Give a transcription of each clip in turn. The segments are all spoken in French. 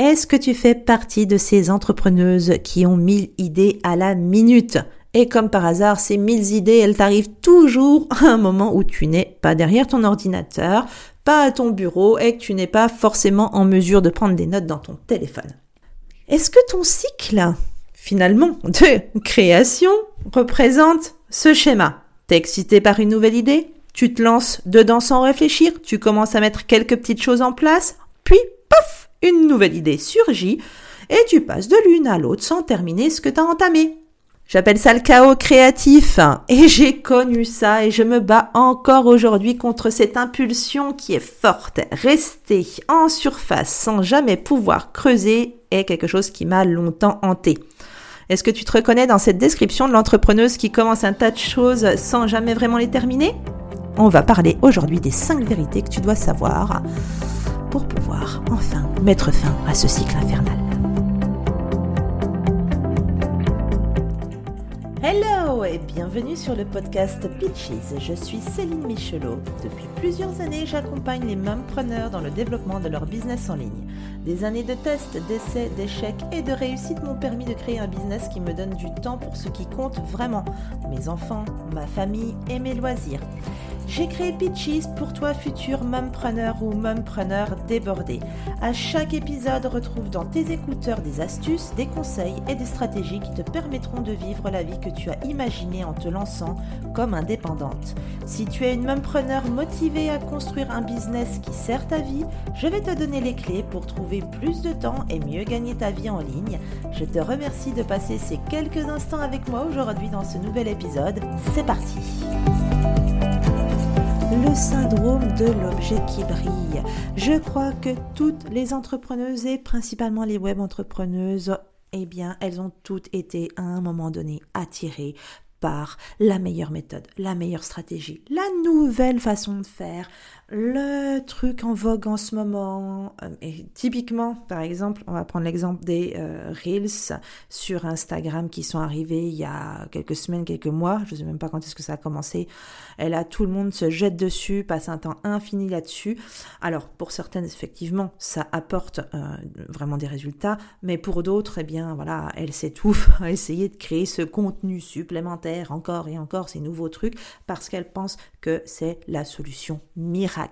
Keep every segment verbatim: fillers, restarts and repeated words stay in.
Est-ce que tu fais partie de ces entrepreneuses qui ont mille idées à la minute ? Et comme par hasard, ces mille idées, elles t'arrivent toujours à un moment où tu n'es pas derrière ton ordinateur, pas à ton bureau et que tu n'es pas forcément en mesure de prendre des notes dans ton téléphone. Est-ce que ton cycle, finalement, de création représente ce schéma ? T'es excité par une nouvelle idée ? Tu te lances dedans sans réfléchir, tu commences à mettre quelques petites choses en place, puis paf, une nouvelle idée surgit et tu passes de l'une à l'autre sans terminer ce que tu as entamé. J'appelle ça le chaos créatif et j'ai connu ça et je me bats encore aujourd'hui contre cette impulsion qui est forte. Rester en surface sans jamais pouvoir creuser est quelque chose qui m'a longtemps hanté. Est-ce que tu te reconnais dans cette description de l'entrepreneuse qui commence un tas de choses sans jamais vraiment les terminer ? On va parler aujourd'hui des cinq vérités que tu dois savoir pour pouvoir enfin mettre fin à ce cycle infernal. Hello et bienvenue sur le podcast Pitches. Je suis Céline Michelot. Depuis plusieurs années, j'accompagne les mompreneurs dans le développement de leur business en ligne. Des années de tests, d'essais, d'échecs et de réussites m'ont permis de créer un business qui me donne du temps pour ce qui compte vraiment, mes enfants, ma famille et mes loisirs. J'ai créé Pitches pour toi futur mompreneur ou mompreneur débordé. À chaque épisode, retrouve dans tes écouteurs des astuces, des conseils et des stratégies qui te permettront de vivre la vie que tu as imaginée en te lançant comme indépendante. Si tu es une mompreneur motivée à construire un business qui sert ta vie, je vais te donner les clés pour trouver plus de temps et mieux gagner ta vie en ligne. Je te remercie de passer ces quelques instants avec moi aujourd'hui dans ce nouvel épisode. C'est parti! Le syndrome de l'objet qui brille. Je crois que toutes les entrepreneuses et principalement les web entrepreneuses, eh bien, elles ont toutes été à un moment donné attirées par la meilleure méthode, la meilleure stratégie, la nouvelle façon de faire, le truc en vogue en ce moment. Et typiquement, par exemple, on va prendre l'exemple des euh, Reels sur Instagram qui sont arrivés il y a quelques semaines, quelques mois. Je ne sais même pas quand est-ce que ça a commencé. Et là, tout le monde se jette dessus, passe un temps infini là-dessus. Alors, pour certaines, effectivement, ça apporte euh, vraiment des résultats. Mais pour d'autres, eh bien, voilà, elles s'étouffent à essayer de créer ce contenu supplémentaire encore et encore, ces nouveaux trucs, parce qu'elles pensent que c'est la solution miracle.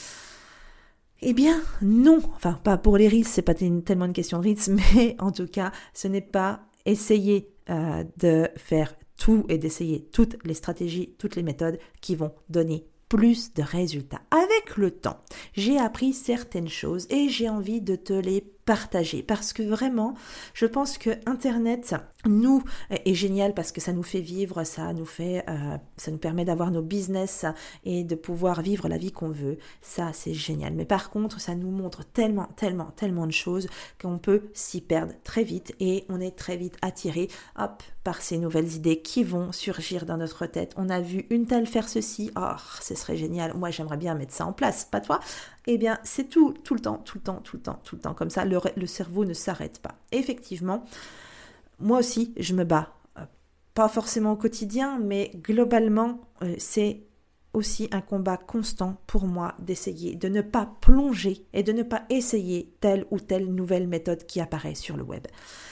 Eh bien, non. Enfin, pas pour les Reels, c'est pas tellement une question de Reels, mais en tout cas, ce n'est pas essayer euh, de faire tout et d'essayer toutes les stratégies, toutes les méthodes qui vont donner plus de résultats. Avec le temps, j'ai appris certaines choses et j'ai envie de te les partager parce que vraiment, je pense que Internet, nous, est génial parce que ça nous fait vivre, ça nous fait, euh, ça nous permet d'avoir nos business et de pouvoir vivre la vie qu'on veut. Ça, c'est génial. Mais par contre, ça nous montre tellement, tellement, tellement de choses qu'on peut s'y perdre très vite et on est très vite attiré, hop, par ces nouvelles idées qui vont surgir dans notre tête. On a vu une telle faire ceci, oh, ce serait génial. Moi, j'aimerais bien mettre ça en place, pas toi? Eh bien, c'est tout, tout le temps, tout le temps, tout le temps, tout le temps comme ça. Le, le cerveau ne s'arrête pas. Effectivement, moi aussi, je me bats. Euh, pas forcément au quotidien, mais globalement, euh, c'est aussi un combat constant pour moi d'essayer de ne pas plonger et de ne pas essayer telle ou telle nouvelle méthode qui apparaît sur le web.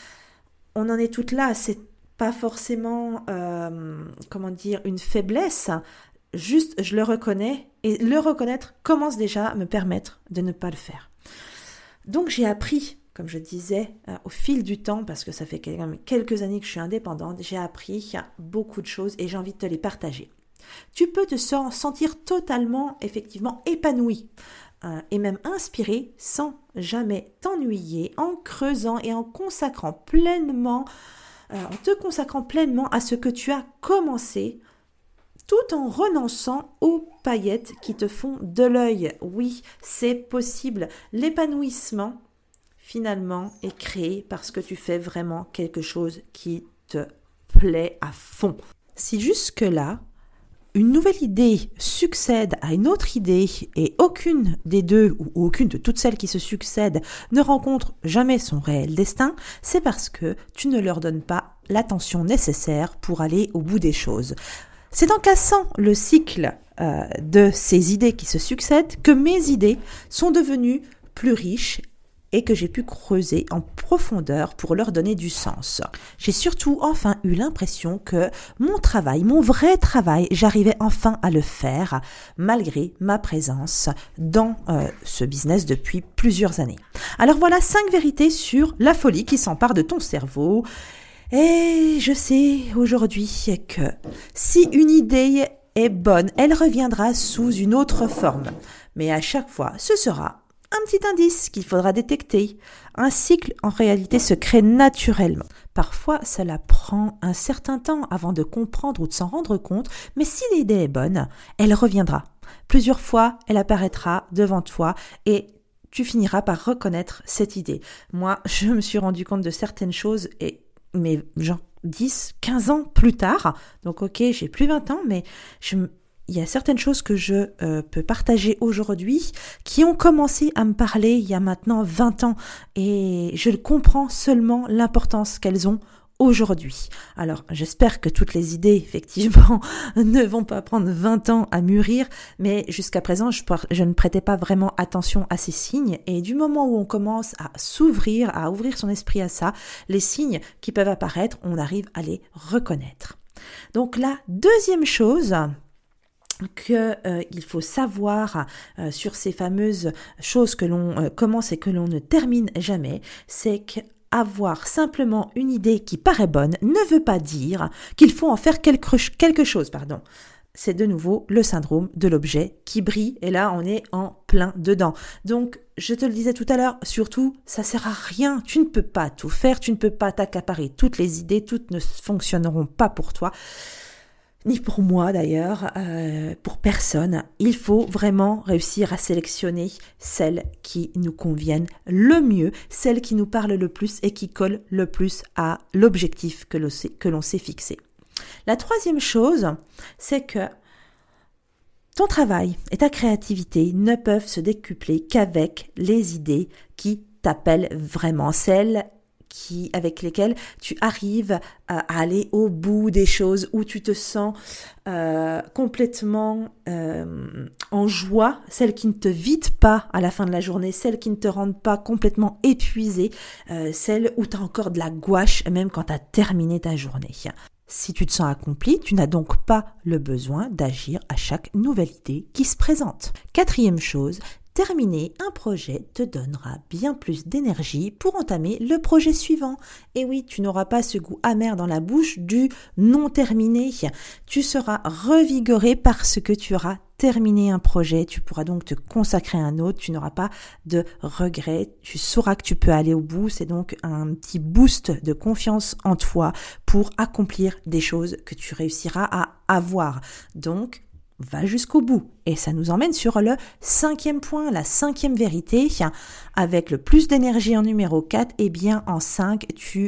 On en est toutes là, c'est pas forcément, euh, comment dire, une faiblesse. Juste, je le reconnais et le reconnaître commence déjà à me permettre de ne pas le faire. Donc, j'ai appris, comme je disais, euh, au fil du temps, parce que ça fait quelques années que je suis indépendante, j'ai appris beaucoup de choses et j'ai envie de te les partager. Tu peux te sentir totalement, effectivement, épanoui euh, et même inspiré sans jamais t'ennuyer en creusant et en consacrant pleinement, euh, en te consacrant pleinement à ce que tu as commencé, tout en renonçant aux paillettes qui te font de l'œil. Oui, c'est possible. L'épanouissement, finalement, est créé parce que tu fais vraiment quelque chose qui te plaît à fond. Si jusque-là, une nouvelle idée succède à une autre idée et aucune des deux ou aucune de toutes celles qui se succèdent ne rencontre jamais son réel destin, c'est parce que tu ne leur donnes pas l'attention nécessaire pour aller au bout des choses. C'est en cassant le cycle euh, de ces idées qui se succèdent que mes idées sont devenues plus riches et que j'ai pu creuser en profondeur pour leur donner du sens. J'ai surtout enfin eu l'impression que mon travail, mon vrai travail, j'arrivais enfin à le faire malgré ma présence dans euh, ce business depuis plusieurs années. Alors voilà cinq vérités sur la folie qui s'empare de ton cerveau. Et je sais aujourd'hui que si une idée est bonne, elle reviendra sous une autre forme. Mais à chaque fois, ce sera un petit indice qu'il faudra détecter. Un cycle, en réalité, se crée naturellement. Parfois, cela prend un certain temps avant de comprendre ou de s'en rendre compte, mais si l'idée est bonne, elle reviendra. Plusieurs fois, elle apparaîtra devant toi et tu finiras par reconnaître cette idée. Moi, je me suis rendu compte de certaines choses, et mais genre dix, quinze ans plus tard, donc ok, j'ai plus vingt ans, mais je me il y a certaines choses que je euh, peux partager aujourd'hui qui ont commencé à me parler il y a maintenant vingt ans et je comprends seulement l'importance qu'elles ont aujourd'hui. Alors, j'espère que toutes les idées, effectivement, ne vont pas prendre vingt ans à mûrir, mais jusqu'à présent, je, je ne prêtais pas vraiment attention à ces signes et du moment où on commence à s'ouvrir, à ouvrir son esprit à ça, les signes qui peuvent apparaître, on arrive à les reconnaître. Donc, la deuxième chose que euh, il faut savoir euh, sur ces fameuses choses que l'on euh, commence et que l'on ne termine jamais, c'est qu'avoir simplement une idée qui paraît bonne ne veut pas dire qu'il faut en faire quelque, quelque chose, pardon. C'est de nouveau le syndrome de l'objet qui brille et là on est en plein dedans. Donc je te le disais tout à l'heure, surtout ça sert à rien, tu ne peux pas tout faire, tu ne peux pas t'accaparer toutes les idées, toutes ne fonctionneront pas pour toi. Ni pour moi d'ailleurs, euh, pour personne. Il faut vraiment réussir à sélectionner celles qui nous conviennent le mieux, celles qui nous parlent le plus et qui collent le plus à l'objectif que l'on s'est, que l'on s'est fixé. La troisième chose, c'est que ton travail et ta créativité ne peuvent se décupler qu'avec les idées qui t'appellent vraiment, celles Qui, avec lesquelles tu arrives à aller au bout des choses, où tu te sens euh, complètement euh, en joie, celles qui ne te vident pas à la fin de la journée, celles qui ne te rendent pas complètement épuisé, euh, celles où tu as encore de la gouache, même quand tu as terminé ta journée. Si tu te sens accompli, tu n'as donc pas le besoin d'agir à chaque nouvelle idée qui se présente. Quatrième chose, terminer un projet te donnera bien plus d'énergie pour entamer le projet suivant. Et oui, tu n'auras pas ce goût amer dans la bouche du non terminé. Tu seras revigoré parce que tu auras terminé un projet. Tu pourras donc te consacrer à un autre. Tu n'auras pas de regrets. Tu sauras que tu peux aller au bout. C'est donc un petit boost de confiance en toi pour accomplir des choses que tu réussiras à avoir. Donc, va jusqu'au bout. Et ça nous emmène sur le cinquième point, la cinquième vérité. Avec le plus d'énergie en numéro quatre, eh bien en cinq, tu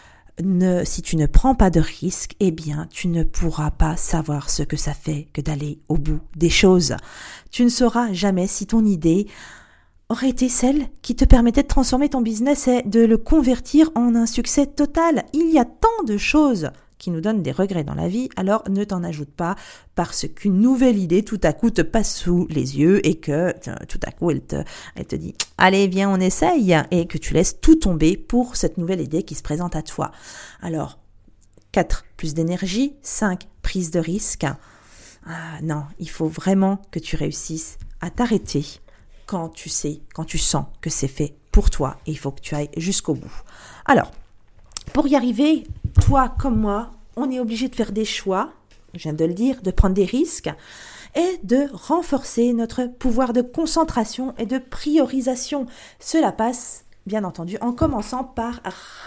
ne, si tu ne prends pas de risque, eh bien tu ne pourras pas savoir ce que ça fait que d'aller au bout des choses. Tu ne sauras jamais si ton idée aurait été celle qui te permettait de transformer ton business et de le convertir en un succès total. Il y a tant de choses qui nous donnent des regrets dans la vie, alors ne t'en ajoute pas parce qu'une nouvelle idée tout à coup te passe sous les yeux et que tout à coup elle te, elle te dit « Allez, viens, on essaye » et que tu laisses tout tomber pour cette nouvelle idée qui se présente à toi. Alors, quatre, plus d'énergie, cinq, prise de risque. Ah, non, il faut vraiment que tu réussisses à t'arrêter quand tu sais, quand tu sens que c'est fait pour toi et il faut que tu ailles jusqu'au bout. Alors, pour y arriver, toi comme moi, on est obligé de faire des choix, je viens de le dire, de prendre des risques et de renforcer notre pouvoir de concentration et de priorisation. Cela passe, bien entendu, en commençant par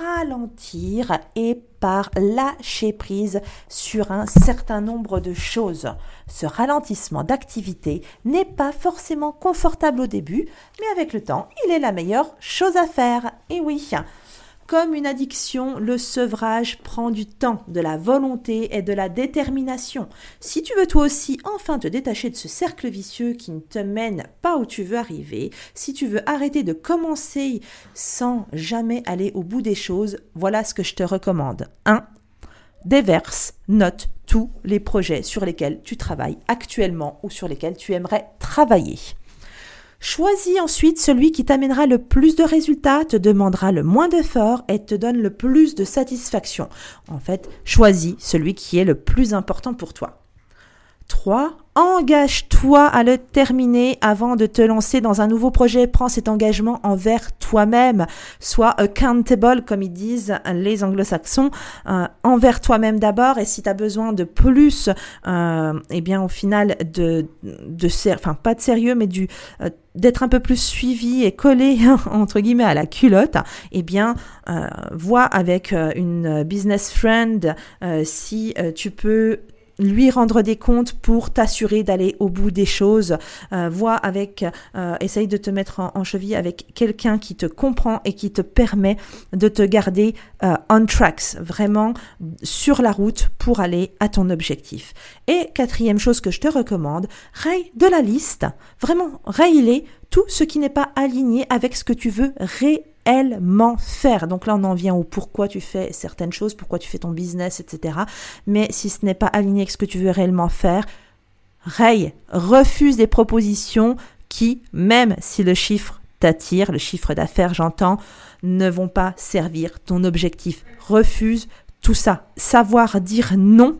ralentir et par lâcher prise sur un certain nombre de choses. Ce ralentissement d'activité n'est pas forcément confortable au début, mais avec le temps, il est la meilleure chose à faire. Et oui, comme une addiction, le sevrage prend du temps, de la volonté et de la détermination. Si tu veux toi aussi enfin te détacher de ce cercle vicieux qui ne te mène pas où tu veux arriver, si tu veux arrêter de commencer sans jamais aller au bout des choses, voilà ce que je te recommande. un. Déverse, note tous les projets sur lesquels tu travailles actuellement ou sur lesquels tu aimerais travailler. Choisis ensuite celui qui t'amènera le plus de résultats, te demandera le moins d'efforts et te donne le plus de satisfaction. En fait, choisis celui qui est le plus important pour toi. trois. Engage-toi à le terminer avant de te lancer dans un nouveau projet. Prends cet engagement envers toi-même. Sois accountable, comme ils disent les anglo-saxons, euh, envers toi-même d'abord. Et si tu as besoin de plus, euh, eh bien au final, de, de ser- enfin pas de sérieux, mais du euh, d'être un peu plus suivi et collé entre guillemets à la culotte, eh bien euh, vois avec euh, une business friend euh, si euh, tu peux lui rendre des comptes pour t'assurer d'aller au bout des choses. Euh, vois avec, euh, essaye de te mettre en, en cheville avec quelqu'un qui te comprend et qui te permet de te garder euh, on tracks, vraiment sur la route pour aller à ton objectif. Et quatrième chose que je te recommande, raye de la liste, vraiment raye-les tout ce qui n'est pas aligné avec ce que tu veux réellement faire. Donc là, on en vient au pourquoi tu fais certaines choses, pourquoi tu fais ton business, et cetera. Mais si ce n'est pas aligné avec ce que tu veux réellement faire, raye, refuse des propositions qui, même si le chiffre t'attire, le chiffre d'affaires, j'entends, ne vont pas servir ton objectif. Refuse tout ça. Savoir dire non,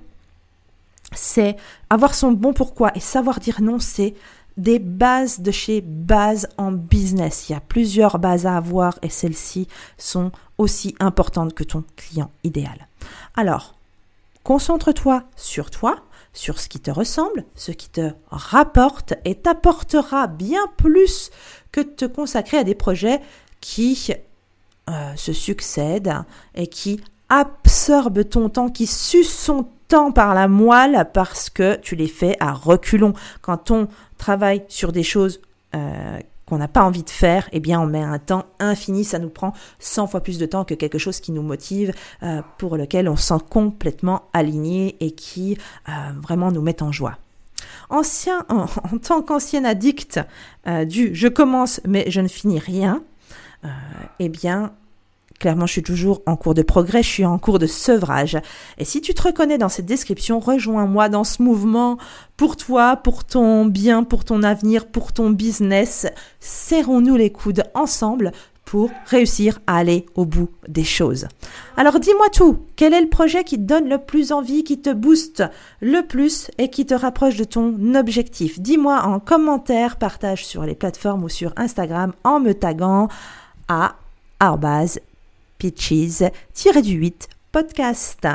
c'est avoir son bon pourquoi. Et savoir dire non, c'est des bases de chez base en business. Il y a plusieurs bases à avoir et celles-ci sont aussi importantes que ton client idéal. Alors, concentre-toi sur toi, sur ce qui te ressemble, ce qui te rapporte et t'apportera bien plus que de te consacrer à des projets qui euh, se succèdent et qui absorbent ton temps, qui sucent son temps par la moelle parce que tu les fais à reculons. Quand on travaille sur des choses euh, qu'on n'a pas envie de faire, eh bien on met un temps infini, ça nous prend cent fois plus de temps que quelque chose qui nous motive, euh, pour lequel on se sent complètement aligné et qui euh, vraiment nous met en joie. Ancien, en, en tant qu'ancienne addict euh, du « je commence mais je ne finis rien euh, », eh bien clairement, je suis toujours en cours de progrès, je suis en cours de sevrage. Et si tu te reconnais dans cette description, rejoins-moi dans ce mouvement pour toi, pour ton bien, pour ton avenir, pour ton business. Serrons-nous les coudes ensemble pour réussir à aller au bout des choses. Alors dis-moi tout, quel est le projet qui te donne le plus envie, qui te booste le plus et qui te rapproche de ton objectif? Dis-moi en commentaire, partage sur les plateformes ou sur Instagram en me taguant à arobase pitches du huit podcast.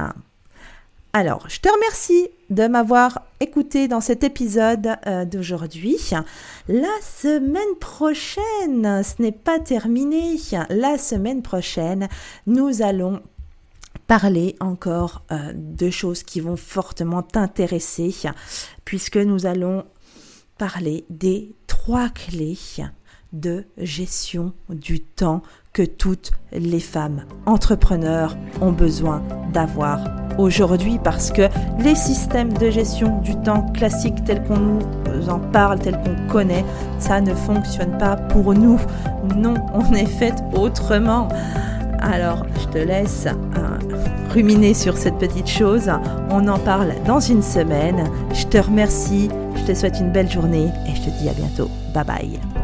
Alors, je te remercie de m'avoir écouté dans cet épisode euh, d'aujourd'hui. La semaine prochaine, ce n'est pas terminé. La semaine prochaine, nous allons parler encore euh, de choses qui vont fortement t'intéresser, puisque nous allons parler des trois clés de gestion du temps que toutes les femmes entrepreneurs ont besoin d'avoir aujourd'hui, parce que les systèmes de gestion du temps classiques tels qu'on nous en parle, tels qu'on connaît, ça ne fonctionne pas pour nous. Non, on est fait autrement. Alors, je te laisse euh, ruminer sur cette petite chose. On en parle dans une semaine. Je te remercie, je te souhaite une belle journée et je te dis à bientôt. Bye bye.